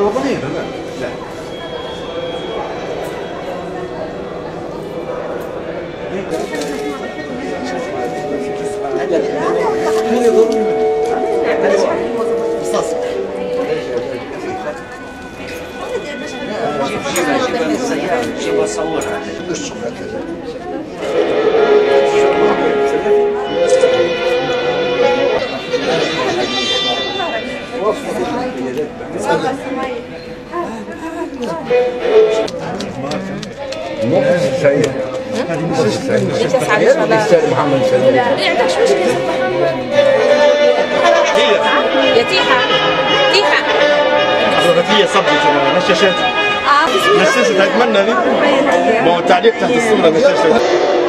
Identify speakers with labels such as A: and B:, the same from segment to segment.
A: الوطنية لا
B: جيب صورها
A: سعيد محمد سعيد
C: يا تيحة
D: هي صبت نششت نششت اتمنى ذي ما هو التعليق تحت الصورة نششت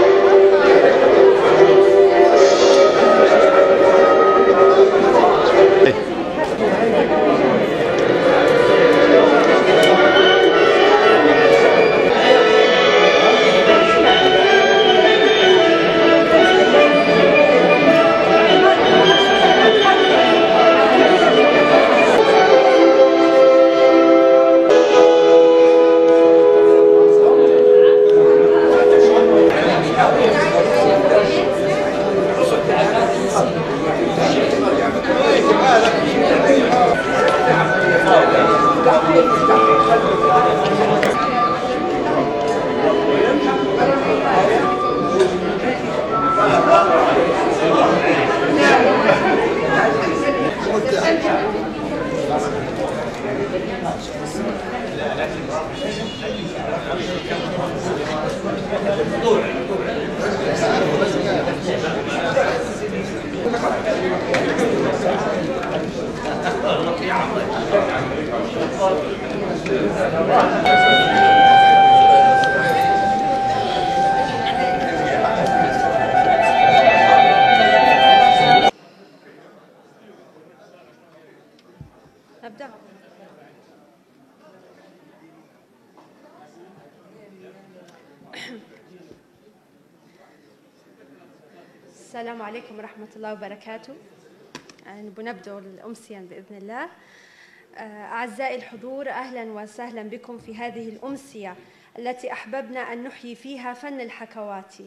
C: أبدأ. السلام عليكم ورحمة الله وبركاته. بنبدأ الأمسية بإذن الله. أعزائي الحضور، أهلا وسهلا بكم في هذه الأمسية التي أحببنا أن نحيي فيها فن الحكواتي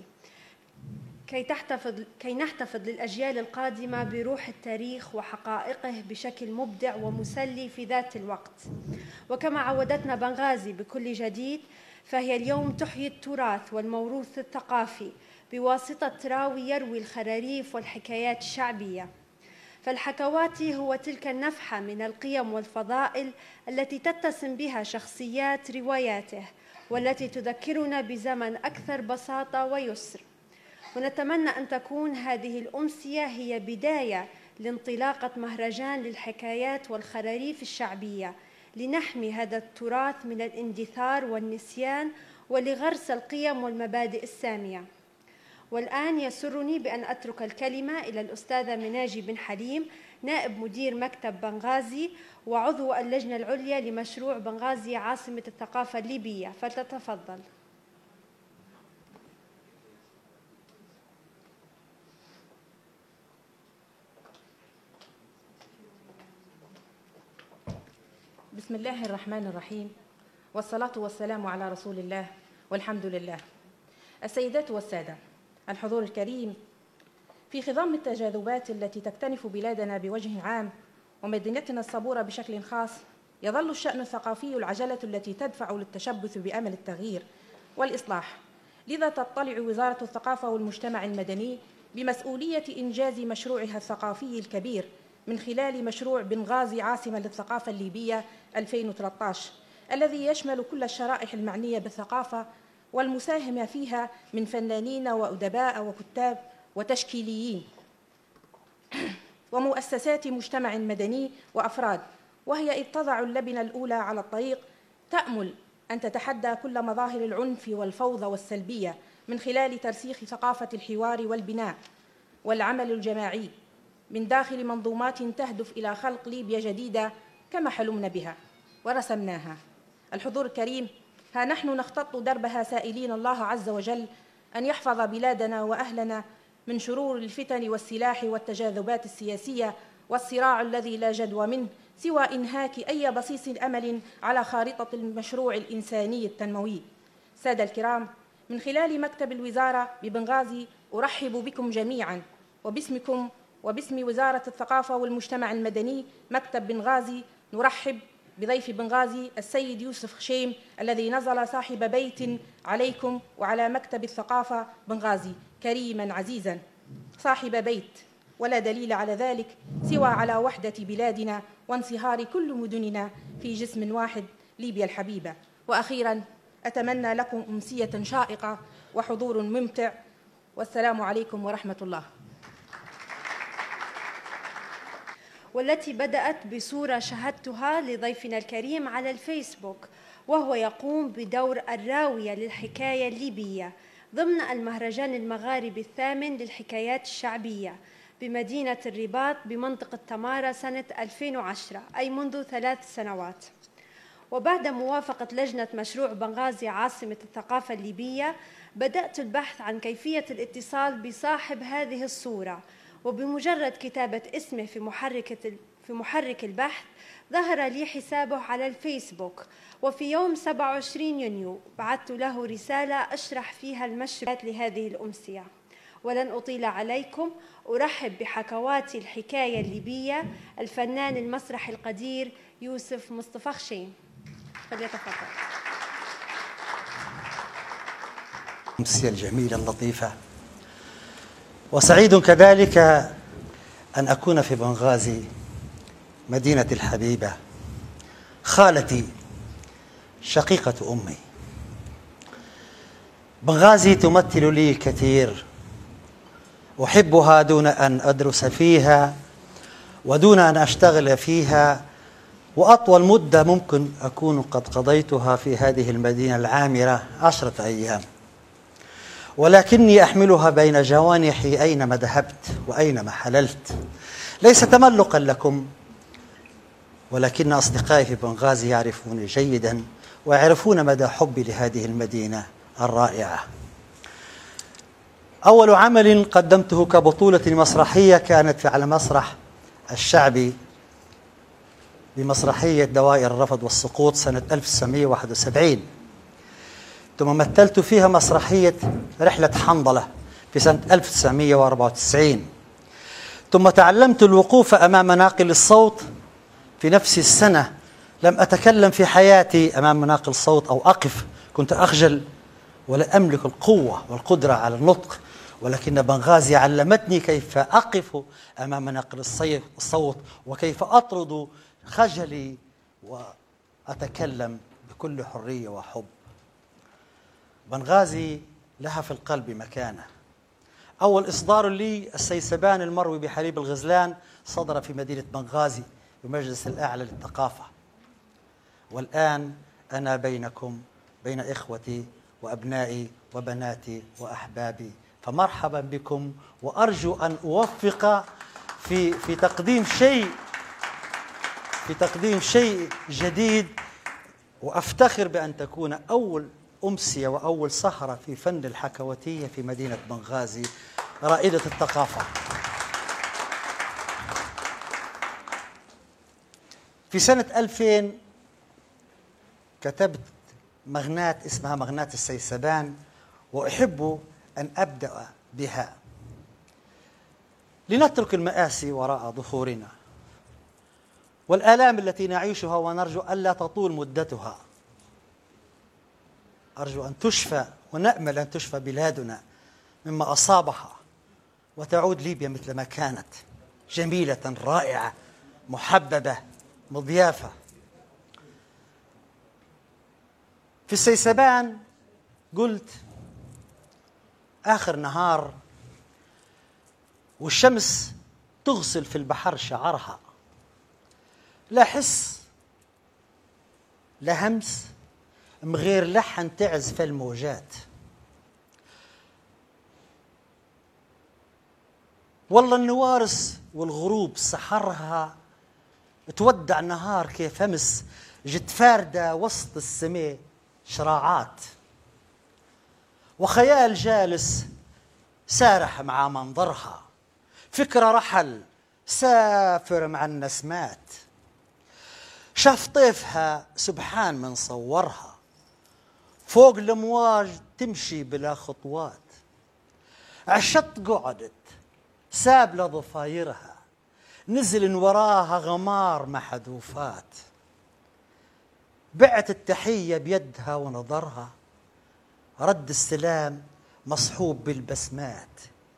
C: كي نحتفظ للأجيال القادمة بروح التاريخ وحقائقه بشكل مبدع ومسلي في ذات الوقت. وكما عودتنا بنغازي بكل جديد، فهي اليوم تحيي التراث والموروث الثقافي بواسطة راوي يروي الخراريف والحكايات الشعبية. فالحكواتي هو تلك النفحة من القيم والفضائل التي تتسم بها شخصيات رواياته، والتي تذكرنا بزمن أكثر بساطة ويسر. ونتمنى أن تكون هذه الأمسية هي بداية لانطلاقة مهرجان للحكايات والخراريف الشعبية، لنحمي هذا التراث من الاندثار والنسيان، ولغرس القيم والمبادئ السامية. والآن يسرني بأن أترك الكلمة إلى الأستاذة مناجي بن حليم، نائب مدير مكتب بنغازي وعضو اللجنة العليا لمشروع بنغازي عاصمة الثقافة الليبية، فلتتفضل.
E: بسم الله الرحمن الرحيم، والصلاة والسلام على رسول الله، والحمد لله. السيدات والسادة، الحضور الكريم، في خضم التجاذبات التي تكتنف بلادنا بوجه عام ومدينتنا الصبورة بشكل خاص، يظل الشأن الثقافي العجلة التي تدفع للتشبث بأمل التغيير والإصلاح. لذا تطلع وزارة الثقافة والمجتمع المدني بمسؤولية إنجاز مشروعها الثقافي الكبير من خلال مشروع بنغازي عاصمة للثقافة الليبية 2013، الذي يشمل كل الشرائح المعنية بالثقافة والمساهمة فيها من فنانين وأدباء وكتاب وتشكيليين ومؤسسات مجتمع مدني وأفراد، وهي إذ تضع اللبنة الأولى على الطريق تأمل أن تتحدى كل مظاهر العنف والفوضى والسلبية من خلال ترسيخ ثقافة الحوار والبناء والعمل الجماعي من داخل منظومات تهدف إلى خلق ليبيا جديدة كما حلمنا بها ورسمناها. الحضور الكريم، ها نحن نختط دربها سائلين الله عز وجل أن يحفظ بلادنا وأهلنا من شرور الفتن والسلاح والتجاذبات السياسية والصراع الذي لا جدوى منه سوى إنهاك أي بصيص أمل على خارطة المشروع الإنساني التنموي. سادة الكرام، من خلال مكتب الوزارة ببنغازي أرحب بكم جميعاً، وباسمكم وباسم وزارة الثقافة والمجتمع المدني مكتب بنغازي نرحب بضيف بنغازي السيد يوسف خشيم الذي نزل صاحب بيت عليكم وعلى مكتب الثقافة بنغازي، كريماً عزيزاً صاحب بيت، ولا دليل على ذلك سوى على وحدة بلادنا وانصهار كل مدننا في جسم واحد، ليبيا الحبيبة. وأخيراً أتمنى لكم أمسية شائقة وحضور ممتع، والسلام عليكم ورحمة الله.
C: والتي بدأت بصورة شاهدتها لضيفنا الكريم على الفيسبوك، وهو يقوم بدور الراوية للحكاية الليبية ضمن المهرجان المغاربي الثامن للحكايات الشعبية بمدينة الرباط بمنطقة تمارا سنة 2010، أي منذ 3 سنوات. وبعد موافقة لجنة مشروع بنغازي عاصمة الثقافة الليبية بدأت البحث عن كيفية الاتصال بصاحب هذه الصورة، وبمجرد كتابة اسمه في محرك البحث ظهر لي حسابه على الفيسبوك. وفي يوم 27 يونيو بعثت له رسالة أشرح فيها المشروعات لهذه الأمسية. ولن أطيل عليكم، أرحب بحكوات الحكاية الليبية الفنان المسرح القدير يوسف مصطفى خشيم، فليتفضل.
F: الأمسية الجميلة اللطيفة، وسعيد كذلك أن أكون في بنغازي مدينة الحبيبة، خالتي شقيقة أمي. بنغازي تمثل لي كثير، أحبها دون أن أدرس فيها ودون أن أشتغل فيها، وأطول مدة ممكن أكون قد قضيتها في هذه المدينة العامرة 10 أيام، ولكني أحملها بين جوانحي أينما ذهبت وأينما حللت، ليس تملقا لكم، ولكن أصدقائي في بنغازي يعرفوني جيدا ويعرفون مدى حبي لهذه المدينة الرائعة. أول عمل قدمته كبطولة مسرحية كانت على مسرح الشعبي بمسرحية دوائر الرفض والسقوط سنة 1971، ثم مثلت فيها مسرحية رحلة حنظلة في سنة 1994، ثم تعلمت الوقوف أمام ناقل الصوت في نفس السنة. لم أتكلم في حياتي أمام ناقل صوت أو أقف، كنت أخجل ولا أملك القوة والقدرة على النطق، ولكن بنغازي علمتني كيف أقف أمام ناقل الصوت وكيف أطرد خجلي وأتكلم بكل حرية وحب. بنغازي لها في القلب مكانة. أول إصدار لي السيسبان المروي بحليب الغزلان صدر في مدينة بنغازي بمجلس الأعلى للثقافة، والآن أنا بينكم، بين إخوتي وأبنائي وبناتي وأحبابي، فمرحبا بكم، وأرجو أن أوفق في تقديم شيء جديد، وأفتخر بأن تكون أول أمسية وأول سهرة في فن الحكواتية في مدينة بنغازي رائدة الثقافة. في سنة 2000 كتبت مغناة اسمها مغناة السيسبان، وأحب أن أبدأ بها. لنترك المآسي وراء ظهورنا والآلام التي نعيشها، ونرجو ألا تطول مدتها. أرجو أن تشفى، ونأمل أن تشفى بلادنا مما أصابها، وتعود ليبيا مثل ما كانت، جميلة رائعة محببة مضيافة. في السيسبان قلت آخر نهار والشمس تغسل في البحر شعرها، لا حس لا همس مغير لحن تعزف الموجات. والله النوارس والغروب سحرها تودع النهار كيف أمس، جت فاردة وسط السماء شراعات، وخيال جالس سارح مع منظرها، فكرة رحل سافر مع النسمات، شاف طيفها سبحان من صورها، فوق الأمواج تمشي بلا خطوات، عالشط قعدت ساب لضفايرها، نزل وراها غمار محذوفات، بعت التحية بيدها ونظرها، رد السلام مصحوب بالبسمات.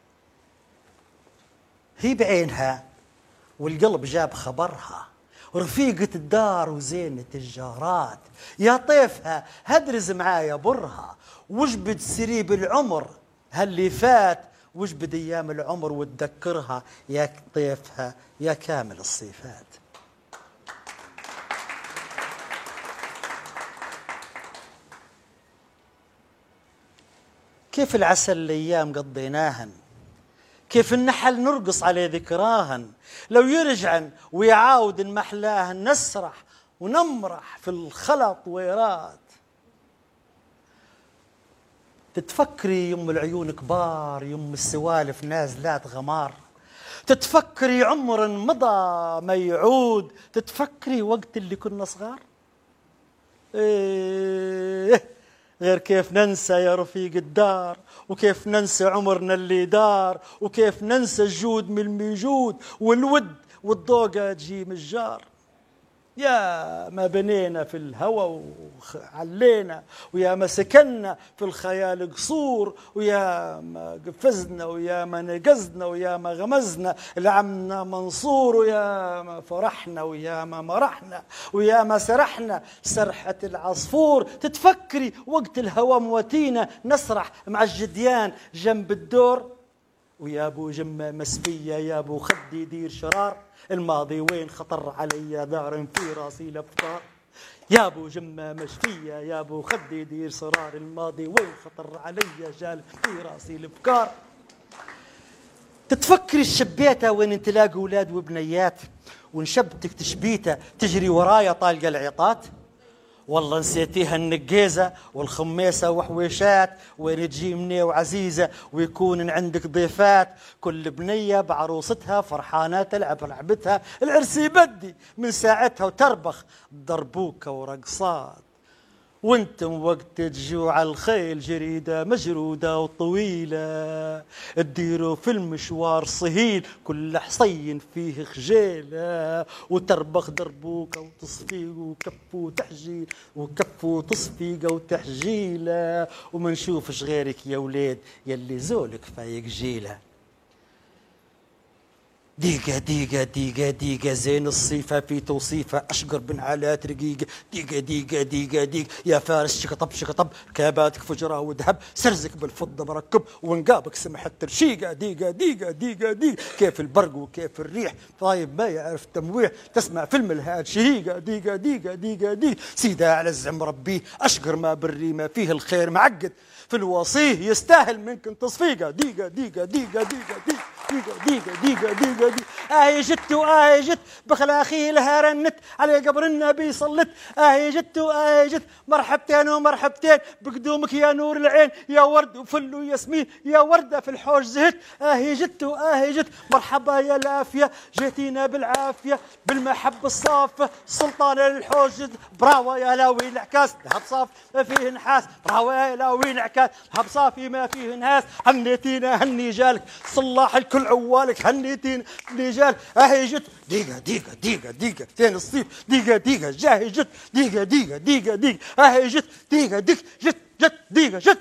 F: هي بعينها والقلب جاب خبرها، رفيقة الدار وزينة الجارات، يا طيفها هدرز معايا برها، وجبد سريب العمر هاللي فات، وجبد أيام العمر وتذكرها، يا طيفها يا كامل الصفات. كيف العسل الأيام قضيناهن، كيف النحل نرقص على ذكراهن، لو يرجعن ويعاود محلاهن، نسرح ونمرح في الخلط ويرات. تتفكري يم العيون كبار، يم السوالف نازلات غمار، تتفكري عمر مضى ما يعود، تتفكري وقت اللي كنا صغار. إيه غير كيف ننسى يا رفيق الدار، وكيف ننسى عمرنا اللي دار، وكيف ننسى الجود من الميجود، والود والضوقة تجي من الجار. يا ما بنينا في الهوى وعلينا، ويا ما سكننا في الخيال قصور، ويا ما قفزنا ويا ما نقزنا ويا ما غمزنا لعمنا منصور، ويا ما فرحنا ويا ما مرحنا ويا ما سرحنا سرحة العصفور. تتفكري وقت الهوى مواتينا، نسرح مع الجديان جنب الدور، ويا ابو جمة مسفية يا ابو خدي دير شرار، الماضي وين خطر علي دار في راسي الافكار. يا ابو جمة مشفية يا ابو خدي دير شرار، الماضي وين خطر علي جال في راسي الافكار. تتفكري الشبيتة وين تلاقي اولاد وبنيات، ونشبتك تشبيته تجري ورايا طالقة العيطات. والله نسيتيها النقيزة والخميسة وحويشات، وين تجي مني وعزيزة ويكون عندك ضيفات. كل بنية بعروستها فرحانة تلعب لعبتها، العرس يبدي من ساعتها وتربخ ضربوكة ورقصات. وانتم وقت تجوع الخيل جريدة مجرودة وطويلة، تديروا في المشوار صهيل كل حصين فيه خجيلة، وتربخ دربوكة وتصفيق وكفوا تحجيل وكفوا تصفيقة وتحجيلة، وما نشوفش غيرك يا ولاد يلي زولك فايق جيلة. ديقة ديقة ديقة ديقة زين الصيفة في توصيفة، أشقر بن علات رقيقة. ديقة ديقة ديقة ديقة يا فارس شقطب شقطب، كاباتك فجرة وذهب، سرزك بالفضة مركب، ونقابك سمحت ترشيقة. ديقة ديقة ديقة ديقة كيف البرق وكيف الريح، طيب ما يعرف تمويح، تسمع فيلم الهاد شهيقة. ديقة ديقة ديقة ديقة سيدة على الزعم ربيه، أشقر ما بالريمة فيه الخير معقد، في الوصيه يستاهل منكم تصفيقة. ديقة ديقة ديقة ديقة ديقة ديقة ديقة ديقة ديقة ديقة جت جت بخلاخي لها رنت على قبر النبي صلت. جت جت مرحبتين ومرحبتين بقدومك يا نور العين، يا ورد وفل وياسمين يا وردة في الحوش زهت. جت جت مرحبا يا العافية، جيتينا بالعافية بالمحبة الصافة، سلطان الحوش براوا يا لاوي العكاس، ذهب صاف ما فيه نحاس، براوا يا لاوي العكاس ذهب صافي ما فيه نحاس. هنيتينا هني جالك صلاح الكل عوالك، هنيتينا هني جالك. جت ديقة ديقة ديقة ديقة زين الصيف، ديقة ديقة جاهي جت ديقة ديقة ديقة ديقة جت ديقة ديقة جت جت ديقة جت.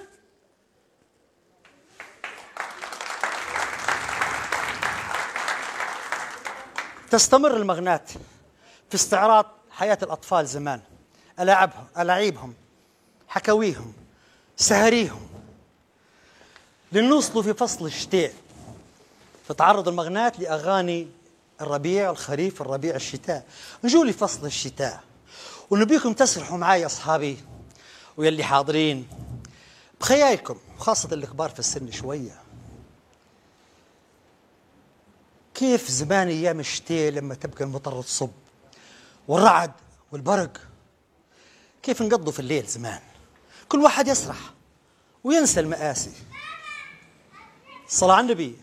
F: تستمر المغنات في استعراض حياة الأطفال زمان، ألاعيبهم، حكاويهم، سهريهم، لنوصلوا في فصل الشتاء تتعرض المغنات لأغاني الربيع الخريف الربيع الشتاء. نجوا لفصل الشتاء ونبيكم تسرحوا معي أصحابي ويلي حاضرين بخيالكم، خاصة الكبار في السن شوية، كيف زمان أيام الشتاء لما تبقى المطر تصب والرعد والبرق، كيف نقضوا في الليل زمان. كل واحد يسرح وينسى المآسي. الصلاة على النبي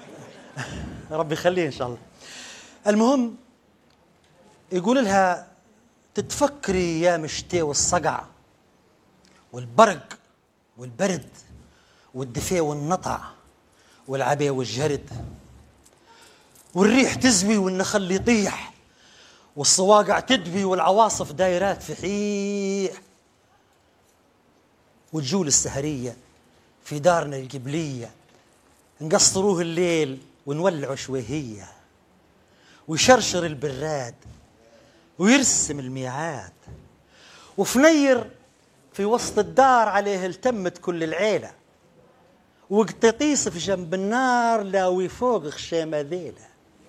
F: ربي يخليه إن شاء الله. المهم يقول لها تتفكري يا مشتي والصقع والبرق والبرد والدفي والنطع والعبي والجرد، والريح تزوي والنخل يطيح والصواقع تدبي والعواصف دايرات في حيح، والجول السهرية في دارنا القبلية نقصروه الليل ونولعه شويهية، ويشرشر البراد ويرسم الميعاد، وفنير في وسط الدار عليه التمت كل العيلة، وقطيطيس في جنب النار لاوي فوق خشيمة ذيلة،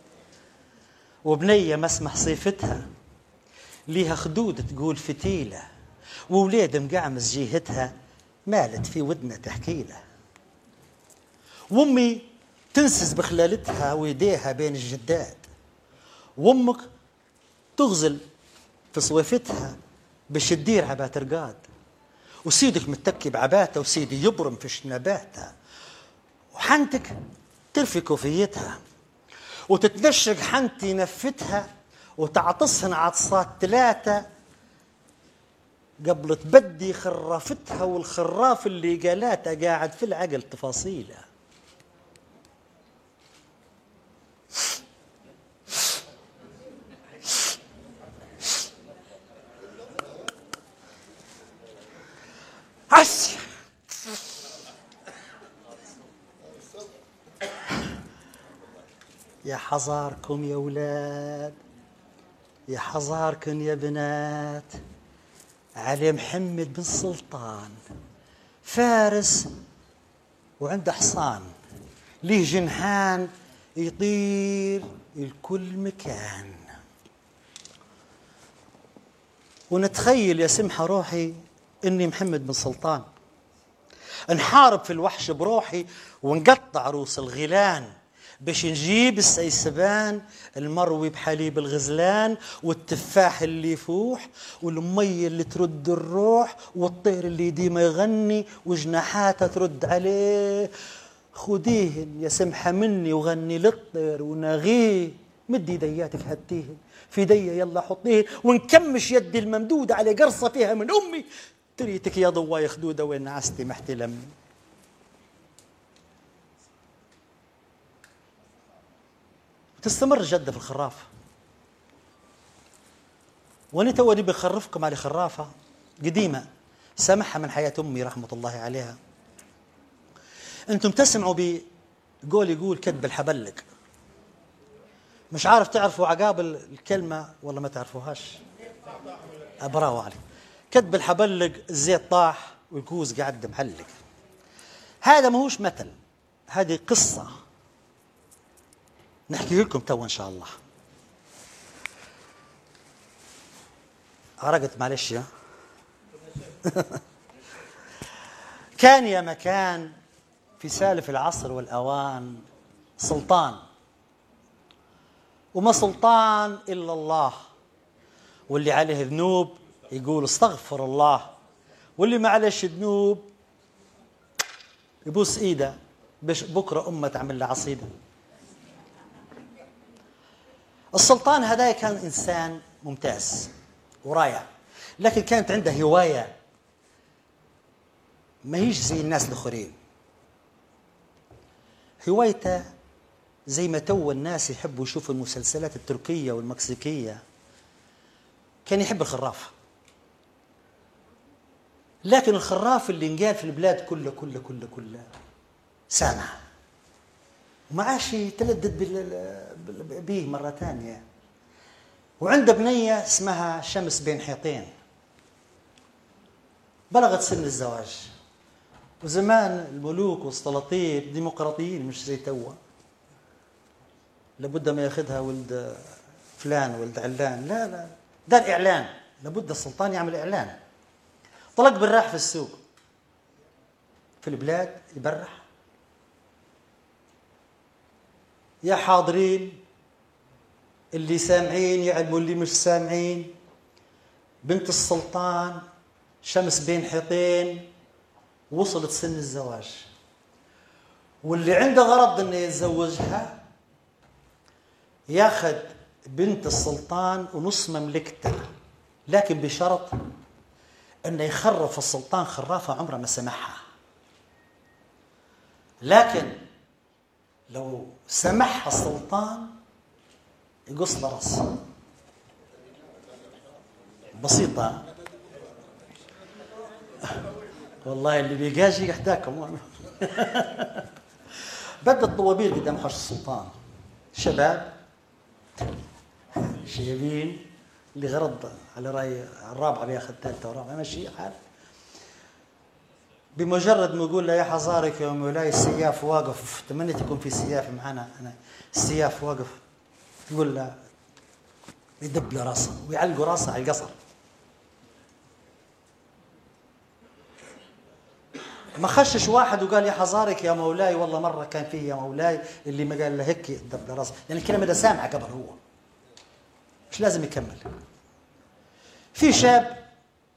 F: وبنية مسمح صيفتها ليها خدود تقول فتيلة، وولاد مقعمز جيهتها مالت في ودنا تحكي له، وامي تنسز بخلالتها ويديها بين الجداد، وامك تغزل في صويفتها بالشدير عبات رقاد، وسيدك متكي بعباته وسيدي يبرم في شنباته، وحنتك ترفي كوفيتها وتتنشق حنتي نفتها وتعطسهن عطسات ثلاثة قبل تبدي خرافتها، والخراف اللي قالاتها قاعد في العقل تفاصيله. عسي يا حذاركم يا ولاد، يا حذاركم يا بنات، علي محمد بن سلطان فارس وعنده حصان ليه جنحان يطير الكل مكان، ونتخيل يا سمحة روحي إني محمد بن سلطان نحارب في الوحش بروحي ونقطع روس الغيلان باش نجيب السيسبان المروي بحليب الغزلان، والتفاح اللي يفوح والمية اللي ترد الروح، والطير اللي ديما يغني وجناحاته ترد عليه. خديهن يا سمحة مني وغني للطير ونغيه، مدي يدياتك هديهن في يدي يلا حطيهن، ونكمش يدي الممدودة على قرصة فيها من أمي، تريتك يا ضواي خدودة وين عستي محتلم. تستمر الجدة في الخرافة، وانا توني بخرفكم على خرافة قديمة سامحها من حياة أمي رحمة الله عليها. أنتم تسمعوا بقول يقول كتب الحبلق، مش عارف تعرفوا عقاب الكلمة ولا ما تعرفوهاش؟ برافو عليك. كتب الحبلق الزيت طاح والكوز قاعد محلق. هذا ماهوش مثل، هذه قصة نحكي لكم تو إن شاء الله. عرقت معلش يا كان يا مكان في سالف العصر والأوان سلطان، وما سلطان إلا الله، واللي عليه ذنوب يقول استغفر الله، واللي ما عليش ذنوب يبوس ايده بكره امه تعمل له عصيده. السلطان هذا كان انسان ممتاز ورائع، لكن كانت عنده هوايه ما هيش زي الناس الاخرين. هوايته زي ما تو الناس يحبوا يشوفوا المسلسلات التركيه والمكسيكيه، كان يحب الخرافه، لكن الخراف اللي انقال في البلاد كله سامع وما عاش يتلدد به مرة ثانية. وعنده بنية اسمها شمس بين حيطين، بلغت سن الزواج، وزمان الملوك والسلاطين ديمقراطيين مش زي توا، لابد ما ياخذها ولد فلان ولد علان، لا ده الإعلان، لابد السلطان يعمل إعلان. طلق براح في السوق في البلاد يبرح، يا حاضرين اللي سامعين يعلموا اللي مش سامعين، بنت السلطان شمس بين حيطين وصلت سن الزواج، واللي عنده غرض انه يتزوجها ياخذ بنت السلطان ونص مملكته لكن بشرط أنه يخرف السلطان خرافة عمره ما سمحها. لكن لو سمح السلطان يقص له راسه. بسيطة والله، اللي بيجاجي يحتاجكم. بدأ الطوابير قدام حوش السلطان، شباب شيابين اللي غرض على رأي الرابعة بياخذ ثالثة ورابعة ماشي حال. بمجرد ما يقول له يا حصارك يا مولاي السياف واقف، تمنيت يكون في سياف معنا أنا، السياف واقف، يقول له يدب له راسه ويعلقوا راسه على القصر. ما خشش واحد وقال يا حصارك يا مولاي، والله مرة كان فيه يا مولاي اللي ما قال له هيك دب له راسه، لأن الكلمة ده سامعة قبل، هو مش لازم يكمل. في شاب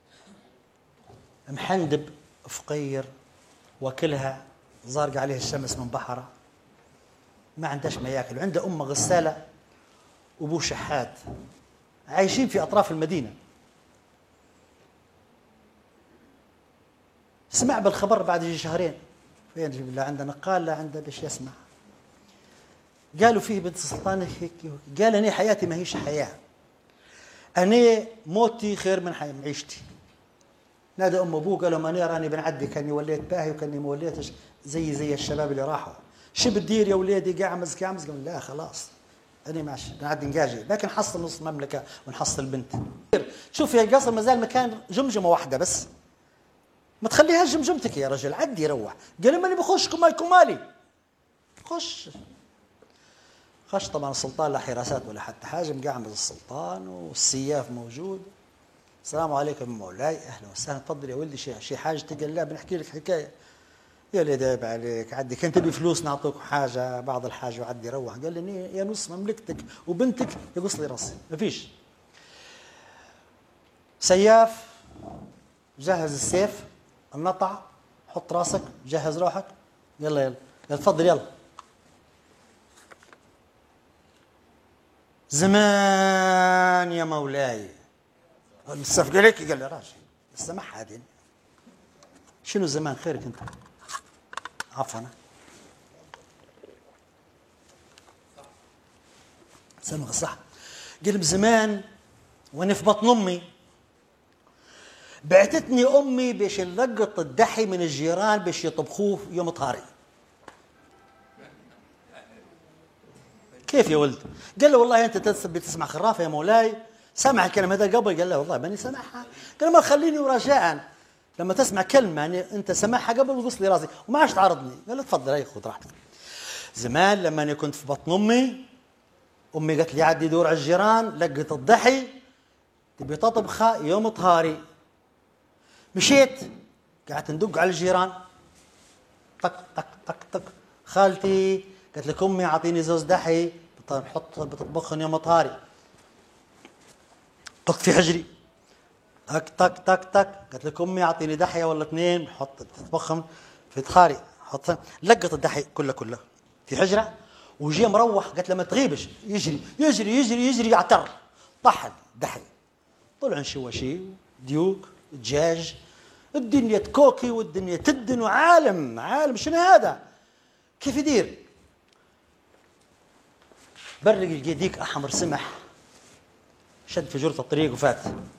F: محندب فقير وكلها زارق عليه الشمس من بحره، ما عندهاش ما ياكل، وعنده أمه غسالة وأبوه شحات، عايشين في أطراف المدينة. سمع بالخبر بعد يجي شهرين، فين جيب له عنده نقال، لا عنده باش يسمع. قالوا فيه بنت السلطان هيك، قال أنا حياتي ما هيش حياة، أنا موتي خير من معيشتي. نادى أم أبوه قال لهم أنا راني بنعدي، كاني وليت باهي وكاني ما وليتش زي الشباب اللي راحوا، شو بتدير يا وليدي؟ قاعمز قال لا خلاص أنا ماشي بنعدي نقاجي، لكن حصل نص المملكة ونحصل البنت. شوف يا القصر مازال مكان جمجمة واحدة بس، ما تخليهاش جمجمتك يا رجل، عدي روح. قال لي ماني بخش كمالكم مالي، خش طبعا السلطان لا حراسات ولا حتى حاجه، مقعمز السلطان والسياف موجود. السلام عليكم مولاي، اهلا وسهلا، تفضل يا ولدي شي حاجه؟ قال لا بنحكي لك حكايه. يا لي دايب عليك، عدي كنت تبي فلوس نعطوك حاجه بعض الحاجه وعدي روح. قال لي يا نص مملكتك وبنتك يقص لي راسي، ما فيش. سياف جهز السيف، النطع، حط راسك، جهز روحك، يلا تفضل يلا. زمان يا مولاي الصفقة لك. قال لي راجل السماح هذه شنو زمان؟ خيرك انت، عفوا سمع صح. قال لي زمان وانا في بطن امي بعتتني امي باش نلقط الدحي من الجيران باش يطبخوه يوم طهاري. كيف يا ولد؟ قال له والله انت بتسمع خرافه يا مولاي، سمع الكلمه هذا قبل؟ قال له والله ماني سمعها. قال ما خليني ورجاء لما تسمع كلمه يعني انت سمعها قبل وقص لي راسي وما عادش تعرضني. قال له تفضل هي خذ راحتك. زمان لما انا كنت في بطن امي قالت لي عدي دور على الجيران، لقيت الضحي تبي تطبخه يوم طهاري. مشيت قعدت ندق على الجيران، طق طق طق طق، خالتي قالت لك امي اعطيني زوز دحي بتطبخن يوم طهاري. طق في حجري، طق طق طق طق، قالت لك امي اعطيني دحيه ولا اثنين حط تطبخهم في طهاري. حط لقط الدحي كله في حجره، وجي مروح قالت له ما تغيبش، يجري يجري يجري يجري يعتر، طحن دحي، طلع شواشي ديوك دجاج، الدنيا تكوكي والدنيا تدن، وعالم شنو هذا؟ كيف يدير؟ برق القديك احمر سمح، شد في جرة الطريق وفات.